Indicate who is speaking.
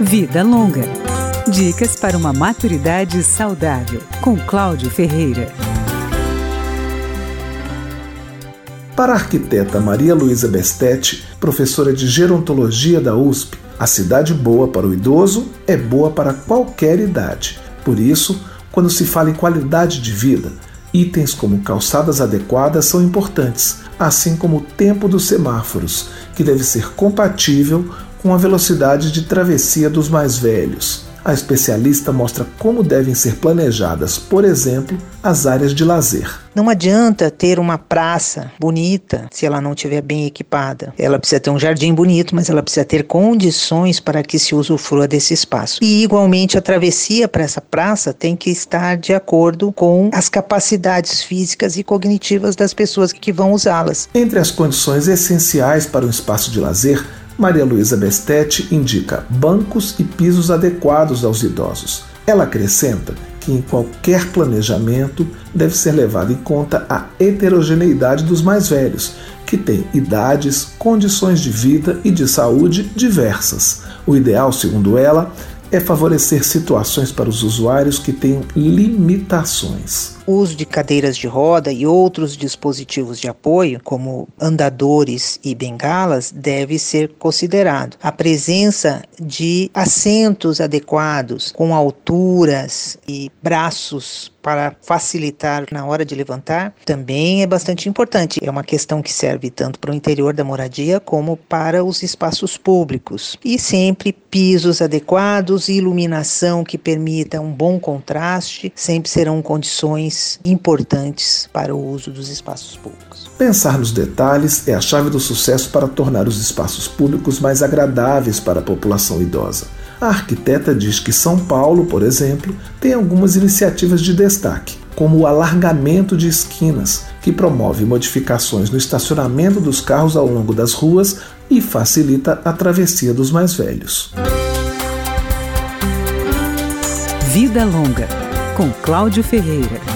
Speaker 1: Vida Longa. Dicas para uma maturidade saudável, com Cláudio Ferreira.
Speaker 2: Para a arquiteta Maria Luísa Bestetti, professora de gerontologia da USP, a cidade boa para o idoso é boa para qualquer idade. Por isso, quando se fala em qualidade de vida, itens como calçadas adequadas são importantes, assim como o tempo dos semáforos, que deve ser compatível com a velocidade de travessia dos mais velhos. A especialista mostra como devem ser planejadas, por exemplo, as áreas de lazer.
Speaker 3: Não adianta ter uma praça bonita se ela não estiver bem equipada. Ela precisa ter um jardim bonito, mas ela precisa ter condições para que se usufrua desse espaço. E, igualmente, a travessia para essa praça tem que estar de acordo com as capacidades físicas e cognitivas das pessoas que vão usá-las.
Speaker 2: Entre as condições essenciais para um espaço de lazer, Maria Luísa Bestetti indica bancos e pisos adequados aos idosos. Ela acrescenta que em qualquer planejamento deve ser levada em conta a heterogeneidade dos mais velhos, que têm idades, condições de vida e de saúde diversas. O ideal, segundo ela, é favorecer situações para os usuários que tenham limitações.
Speaker 3: O uso de cadeiras de roda e outros dispositivos de apoio, como andadores e bengalas, deve ser considerado. A presença de assentos adequados, com alturas e braços para facilitar na hora de levantar, também é bastante importante. É uma questão que serve tanto para o interior da moradia como para os espaços públicos. E sempre pisos adequados e iluminação que permita um bom contraste sempre serão condições importantes para o uso dos espaços públicos.
Speaker 2: Pensar nos detalhes é a chave do sucesso para tornar os espaços públicos mais agradáveis para a população idosa. A arquiteta diz que São Paulo, por exemplo, tem algumas iniciativas de destaque, como o alargamento de esquinas, que promove modificações no estacionamento dos carros ao longo das ruas e facilita a travessia dos mais velhos.
Speaker 1: Vida Longa, com Cláudio Ferreira.